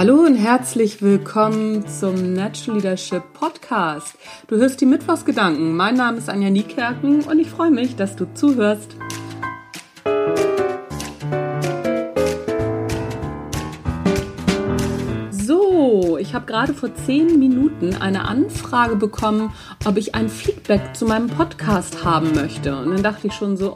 Hallo und herzlich willkommen zum Natural Leadership Podcast. Du hörst die Mittwochsgedanken. Mein Name ist Anja Niekerken und ich freue mich, dass du zuhörst. So, ich habe gerade vor 10 Minuten eine Anfrage bekommen, ob ich ein Feedback zu meinem Podcast haben möchte. Und dann dachte ich schon so,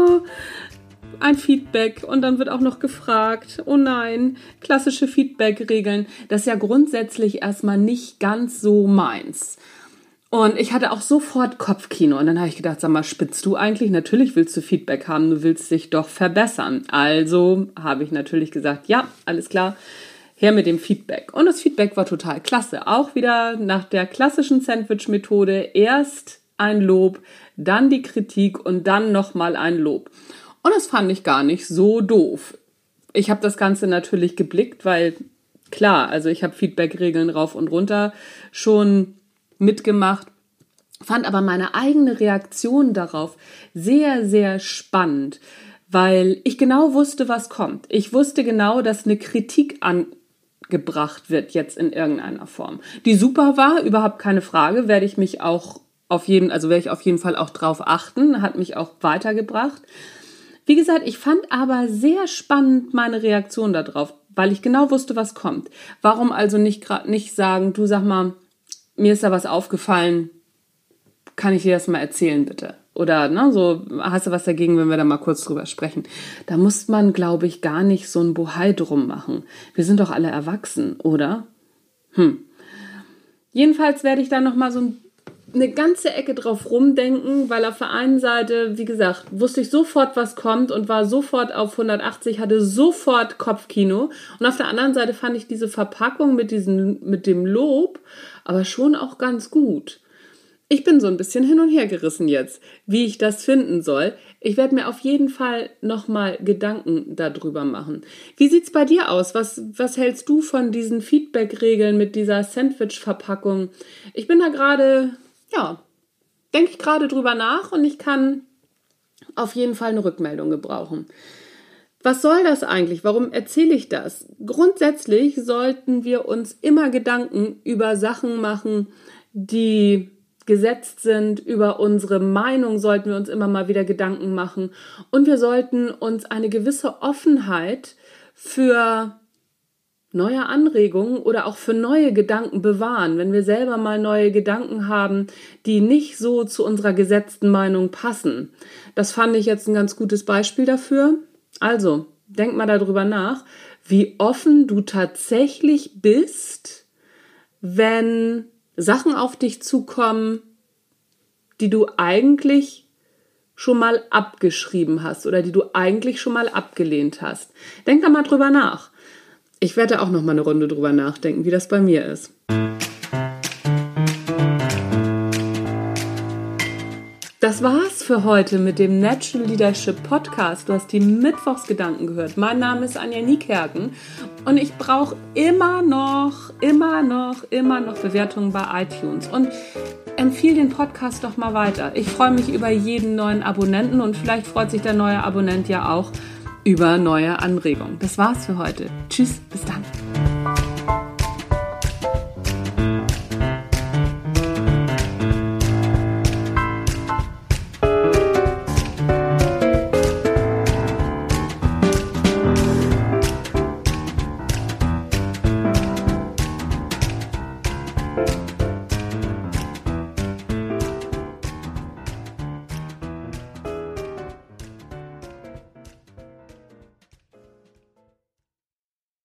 ein Feedback und dann wird auch noch gefragt, oh nein, klassische Feedback-Regeln, das ist ja grundsätzlich erstmal nicht ganz so meins. Und ich hatte auch sofort Kopfkino und dann habe ich gedacht, sag mal, spinnst du eigentlich? Natürlich willst du Feedback haben, du willst dich doch verbessern. Also habe ich natürlich gesagt, ja, alles klar, her mit dem Feedback. Und das Feedback war total klasse, auch wieder nach der klassischen Sandwich-Methode, erst ein Lob, dann die Kritik und dann nochmal ein Lob. Und das fand ich gar nicht so doof. Ich habe das Ganze natürlich geblickt, weil klar, also ich habe Feedback-Regeln rauf und runter schon mitgemacht, fand aber meine eigene Reaktion darauf sehr, sehr spannend, weil ich genau wusste, was kommt. Ich wusste genau, dass eine Kritik angebracht wird jetzt in irgendeiner Form. Die super war, überhaupt keine Frage, werde ich auf jeden Fall auch drauf achten, hat mich auch weitergebracht. Wie gesagt, ich fand aber sehr spannend meine Reaktion darauf, weil ich genau wusste, was kommt. Warum also nicht sagen, du sag mal, mir ist da was aufgefallen, kann ich dir das mal erzählen bitte? Oder so, hast du was dagegen, wenn wir da mal kurz drüber sprechen? Da muss man, glaube ich, gar nicht so ein Bohai drum machen. Wir sind doch alle erwachsen, oder? Jedenfalls werde ich da nochmal so eine ganze Ecke drauf rumdenken, weil auf der einen Seite, wie gesagt, wusste ich sofort, was kommt und war sofort auf 180, hatte sofort Kopfkino. Und auf der anderen Seite fand ich diese Verpackung mit dem Lob aber schon auch ganz gut. Ich bin so ein bisschen hin und her gerissen jetzt, wie ich das finden soll. Ich werde mir auf jeden Fall nochmal Gedanken darüber machen. Wie sieht's bei dir aus? Was hältst du von diesen Feedback-Regeln mit dieser Sandwich-Verpackung? Ich bin da gerade, denke ich gerade drüber nach und ich kann auf jeden Fall eine Rückmeldung gebrauchen. Was soll das eigentlich? Warum erzähle ich das? Grundsätzlich sollten wir uns immer Gedanken über Sachen machen, die gesetzt sind. Über unsere Meinung sollten wir uns immer mal wieder Gedanken machen. Und wir sollten uns eine gewisse Offenheit für neue Anregungen oder auch für neue Gedanken bewahren, wenn wir selber mal neue Gedanken haben, die nicht so zu unserer gesetzten Meinung passen. Das fand ich jetzt ein ganz gutes Beispiel dafür. Also, denk mal darüber nach, wie offen du tatsächlich bist, wenn Sachen auf dich zukommen, die du eigentlich schon mal abgeschrieben hast oder die du eigentlich schon mal abgelehnt hast. Denk da mal drüber nach. Ich werde auch noch mal eine Runde drüber nachdenken, wie das bei mir ist. Das war's für heute mit dem Natural Leadership Podcast. Du hast die Mittwochsgedanken gehört. Mein Name ist Anja Niekerken und ich brauche immer noch Bewertungen bei iTunes. Und empfehle den Podcast doch mal weiter. Ich freue mich über jeden neuen Abonnenten und vielleicht freut sich der neue Abonnent ja auch über neue Anregungen. Das war's für heute. Tschüss, bis dann.